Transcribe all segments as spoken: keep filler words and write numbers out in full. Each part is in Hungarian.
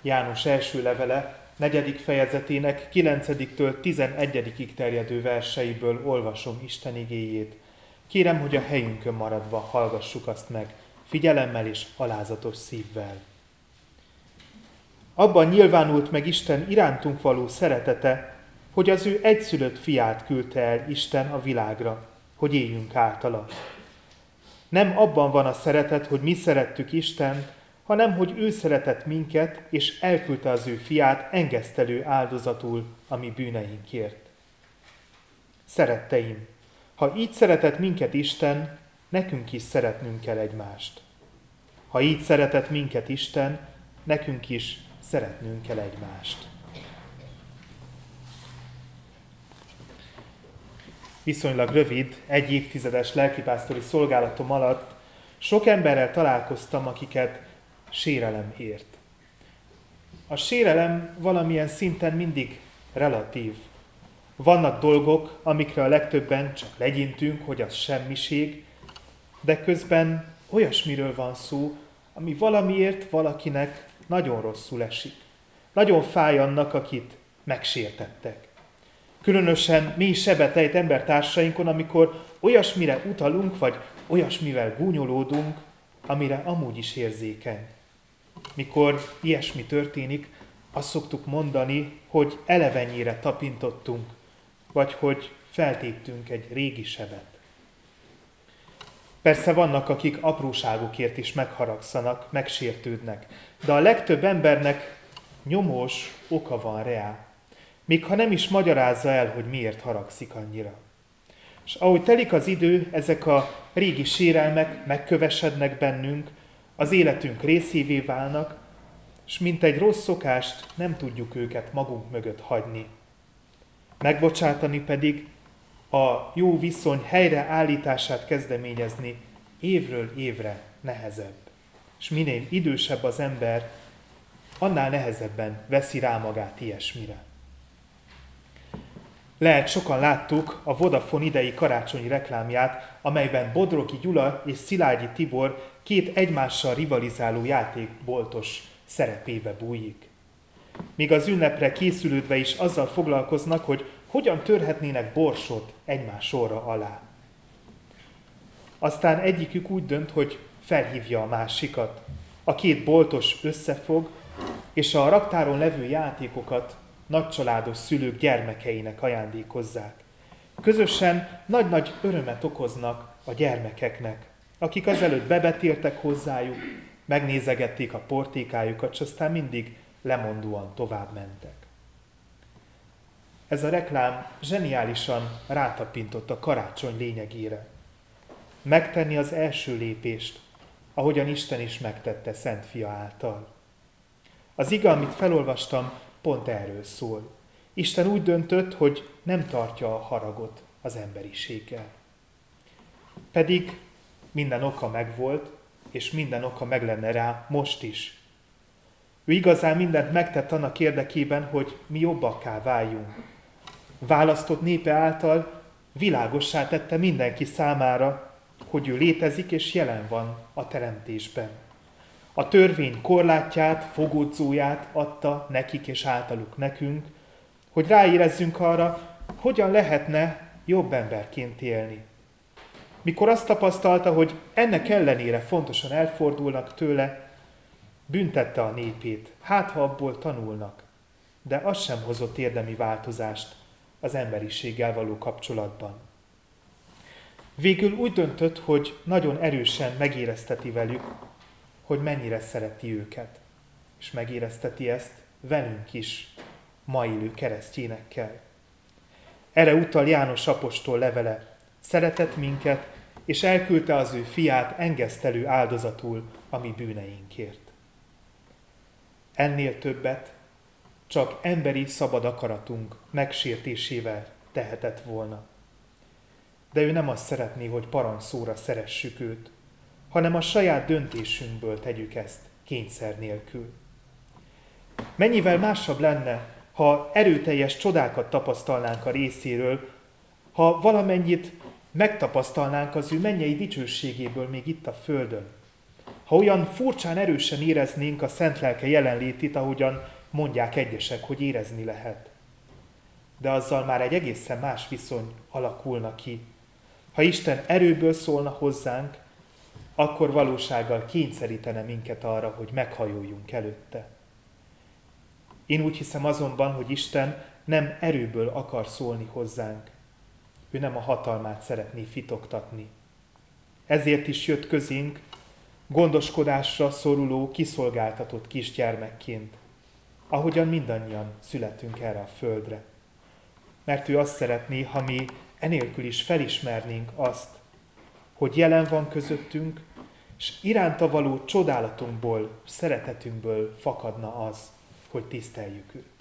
János első levele, negyedik fejezetének kilencediktől tizenegyedikig terjedő verseiből olvasom Isten igéjét. Kérem, hogy a helyünkön maradva hallgassuk azt meg, figyelemmel és alázatos szívvel. Abban nyilvánult meg Isten irántunk való szeretete, hogy az ő egyszülött fiát küldte el Isten a világra, hogy éljünk általa. Nem abban van a szeretet, hogy mi szerettük Istent, hanem hogy ő szeretett minket, és elküldte az ő fiát engesztelő áldozatul a mi bűneinkért. Szeretteim, ha így szeretett minket Isten, nekünk is szeretnünk kell egymást. Ha így szeretett minket Isten, nekünk is szeretnünk kell egymást. Viszonylag rövid, egy évtizedes lelkipásztori szolgálatom alatt sok emberrel találkoztam, akiket sérelem ért. A sérelem valamilyen szinten mindig relatív. Vannak dolgok, amikre a legtöbben csak legyintünk, hogy az semmiség, de közben olyasmiről van szó, ami valamiért valakinek nagyon rosszul esik. Nagyon fáj annak, akit megsértettek. Különösen mély sebet ejt embertársainkon, amikor olyasmire utalunk, vagy olyasmivel gúnyolódunk, amire amúgy is érzékeny. Mikor ilyesmi történik, azt szoktuk mondani, hogy elevenyére tapintottunk, vagy hogy feltéptünk egy régi sebet. Persze vannak, akik apróságokért is megharagszanak, megsértődnek, de a legtöbb embernek nyomós oka van rá, még ha nem is magyarázza el, hogy miért haragszik annyira. És ahogy telik az idő, ezek a régi sérelmek megkövesednek bennünk, az életünk részévé válnak, és mint egy rossz szokást nem tudjuk őket magunk mögött hagyni. Megbocsátani pedig, a jó viszony helyreállítását kezdeményezni évről évre nehezebb. És minél idősebb az ember, annál nehezebben veszi rá magát ilyesmire. Lehet, sokan láttuk a Vodafone idei karácsonyi reklámját, amelyben Bodrogi Gyula és Szilágyi Tibor két egymással rivalizáló játékboltos szerepébe bújik. Míg az ünnepre készülődve is azzal foglalkoznak, hogy hogyan törhetnének borsot egymás sorra alá. Aztán egyikük úgy dönt, hogy felhívja a másikat. A két boltos összefog, és a raktáron levő játékokat nagycsaládos szülők gyermekeinek ajándékozzák. Közösen nagy-nagy örömet okoznak a gyermekeknek, akik azelőtt bebetértek hozzájuk, megnézegették a portékájukat, és aztán mindig lemondóan tovább mentek. Ez a reklám zseniálisan rátapintott a karácsony lényegére. Megtenni az első lépést, ahogyan Isten is megtette Szent Fia által. Az ige, amit felolvastam, pont erről szól. Isten úgy döntött, hogy nem tartja a haragot az emberiséggel. Pedig minden oka megvolt, és minden oka meg lenne rá most is. Ő igazán mindent megtett annak érdekében, hogy mi jobbakká váljunk. Választott népe által világossá tette mindenki számára, hogy ő létezik és jelen van a teremtésben. A törvény korlátját, fogódzóját adta nekik és általuk nekünk, hogy ráérezzünk arra, hogyan lehetne jobb emberként élni. Mikor azt tapasztalta, hogy ennek ellenére fontosan elfordulnak tőle, büntette a népét, hát ha abból tanulnak, de az sem hozott érdemi változást az emberiséggel való kapcsolatban. Végül úgy döntött, hogy nagyon erősen megérezteti velük, hogy mennyire szereti őket, és megérezteti ezt velünk is, ma élő keresztjénekkel. Erre utal János apostol levele, szeretett minket, és elküldte az ő fiát engesztelő áldozatul a mi bűneinkért. Ennél többet csak emberi szabad akaratunk megsértésével tehetett volna. De ő nem azt szeretné, hogy parancsszóra szeressük őt, hanem a saját döntésünkből tegyük ezt kényszer nélkül. Mennyivel másabb lenne, ha erőteljes csodákat tapasztalnánk a részéről, ha valamennyit megtapasztalnánk az ő mennyei dicsőségéből még itt a földön, ha ha olyan furcsán erősen éreznénk a Szent Lelke jelenlétét, ahogyan mondják egyesek, hogy érezni lehet. De azzal már egy egészen más viszony alakulna ki. Ha Isten erőből szólna hozzánk, akkor valósággal kényszerítene minket arra, hogy meghajoljunk előtte. Én úgy hiszem azonban, hogy Isten nem erőből akar szólni hozzánk. Ő nem a hatalmát szeretné fitoktatni. Ezért is jött közénk gondoskodásra szoruló, kiszolgáltatott kisgyermekként, ahogyan mindannyian születünk erre a földre. Mert ő azt szeretné, ha mi enélkül is felismernénk azt, hogy jelen van közöttünk, és iránta való csodálatunkból, szeretetünkből fakadna az, hogy tiszteljük őt.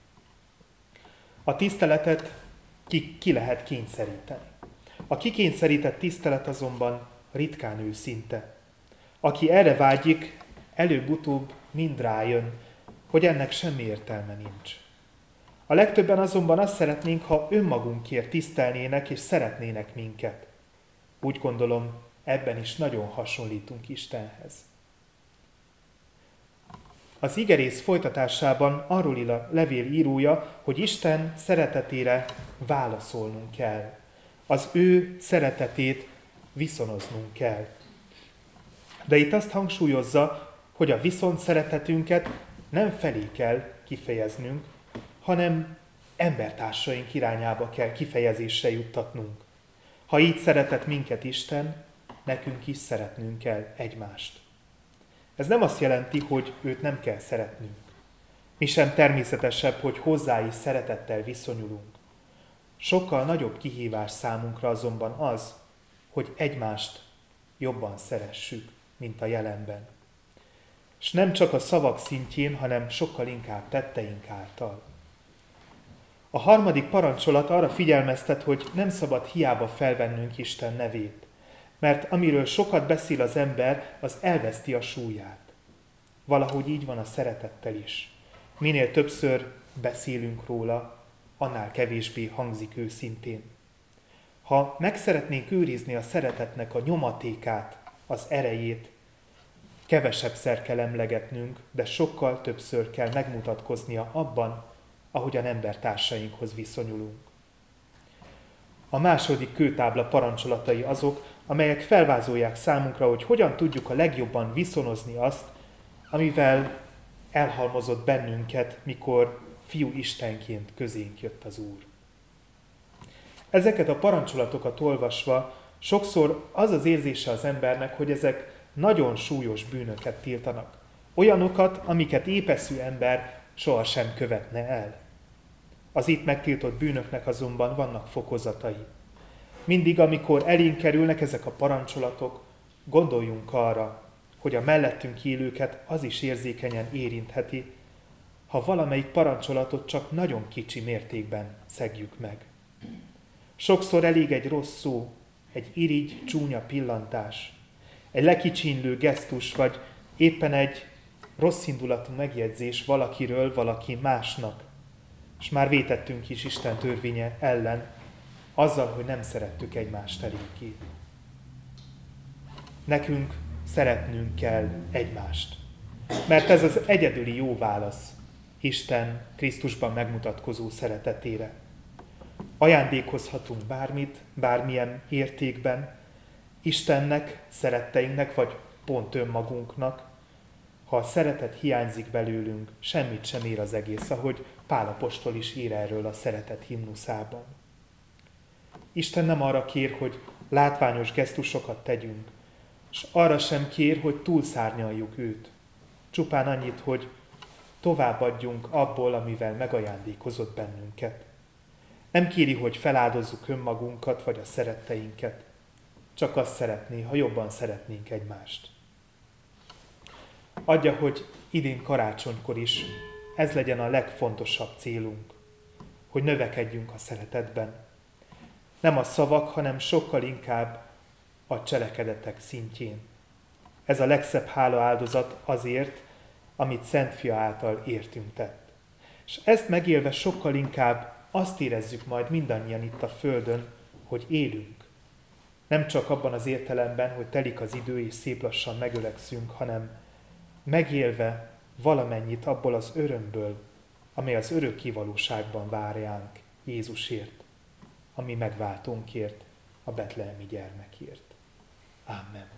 A tiszteletet ki, ki lehet kényszeríteni. A kikényszerített tisztelet azonban ritkán őszinte. Aki erre vágyik, előbb-utóbb mind rájön, hogy ennek semmi értelme nincs. A legtöbben azonban azt szeretnénk, ha önmagunkért tisztelnének és szeretnének minket. Úgy gondolom, ebben is nagyon hasonlítunk Istenhez. Az igerész folytatásában arról ír a levél írója, hogy Isten szeretetére válaszolnunk kell. Az ő szeretetét viszonoznunk kell. De itt azt hangsúlyozza, hogy a viszont szeretetünket nem felé kell kifejeznünk, hanem embertársaink irányába kell kifejezésre juttatnunk. Ha így szeretett minket Isten, nekünk is szeretnünk kell egymást. Ez nem azt jelenti, hogy őt nem kell szeretnünk. Mi sem természetesebb, hogy hozzá is szeretettel viszonyulunk. Sokkal nagyobb kihívás számunkra azonban az, hogy egymást jobban szeressük, mint a jelenben. És nem csak a szavak szintjén, hanem sokkal inkább tetteink által. A harmadik parancsolat arra figyelmeztet, hogy nem szabad hiába felvennünk Isten nevét, mert amiről sokat beszél az ember, az elveszti a súlyát. Valahogy így van a szeretettel is. Minél többször beszélünk róla, annál kevésbé hangzik őszintén. Ha meg szeretnénk őrizni a szeretetnek a nyomatékát, az erejét, kevesebbszer kell emlegetnünk, de sokkal többször kell megmutatkoznia abban, ahogyan embertársainkhoz viszonyulunk. A második kőtábla parancsolatai azok, amelyek felvázolják számunkra, hogy hogyan tudjuk a legjobban viszonozni azt, amivel elhalmozott bennünket, mikor fiú Istenként közénk jött az Úr. Ezeket a parancsolatokat olvasva sokszor az az érzése az embernek, hogy ezek nagyon súlyos bűnöket tiltanak. Olyanokat, amiket épeszű ember sohasem követne el. Az itt megtiltott bűnöknek azonban vannak fokozatai. Mindig, amikor elénk kerülnek ezek a parancsolatok, gondoljunk arra, hogy a mellettünk élőket az is érzékenyen érintheti, ha valamelyik parancsolatot csak nagyon kicsi mértékben szegjük meg. Sokszor elég egy rossz szó, egy irigy, csúnya pillantás, egy lekicsinlő gesztus, vagy éppen egy rosszindulatú megjegyzés valakiről valaki másnak, és már vétettünk is Isten törvénye ellen, azzal, hogy nem szerettük egymást eléggé. Nekünk szeretnünk kell egymást, mert ez az egyedüli jó válasz Isten Krisztusban megmutatkozó szeretetére. Ajándékozhatunk bármit, bármilyen értékben, Istennek, szeretteinknek, vagy pont önmagunknak. Ha a szeretet hiányzik belőlünk, semmit sem ér az egész, ahogy Pál apostol is ír erről a szeretet himnuszában. Isten nem arra kér, hogy látványos gesztusokat tegyünk, és arra sem kér, hogy túlszárnyaljuk őt. Csupán annyit, hogy továbbadjunk abból, amivel megajándékozott bennünket. Nem kéri, hogy feláldozzuk önmagunkat vagy a szeretteinket. Csak azt szeretné, ha jobban szeretnénk egymást. Adja, hogy idén karácsonykor is ez legyen a legfontosabb célunk, hogy növekedjünk a szeretetben. Nem a szavak, hanem sokkal inkább a cselekedetek szintjén. Ez a legszebb hála áldozat azért, amit Szent Fia által értünk tett. És ezt megélve sokkal inkább azt érezzük majd mindannyian itt a földön, hogy élünk. Nem csak abban az értelemben, hogy telik az idő és szép lassan megöregszünk, hanem megélve valamennyit abból az örömből, amely az örök kivalóságban várjánk Jézusért, ami megváltónkért, a betlehemi gyermekért. Amen.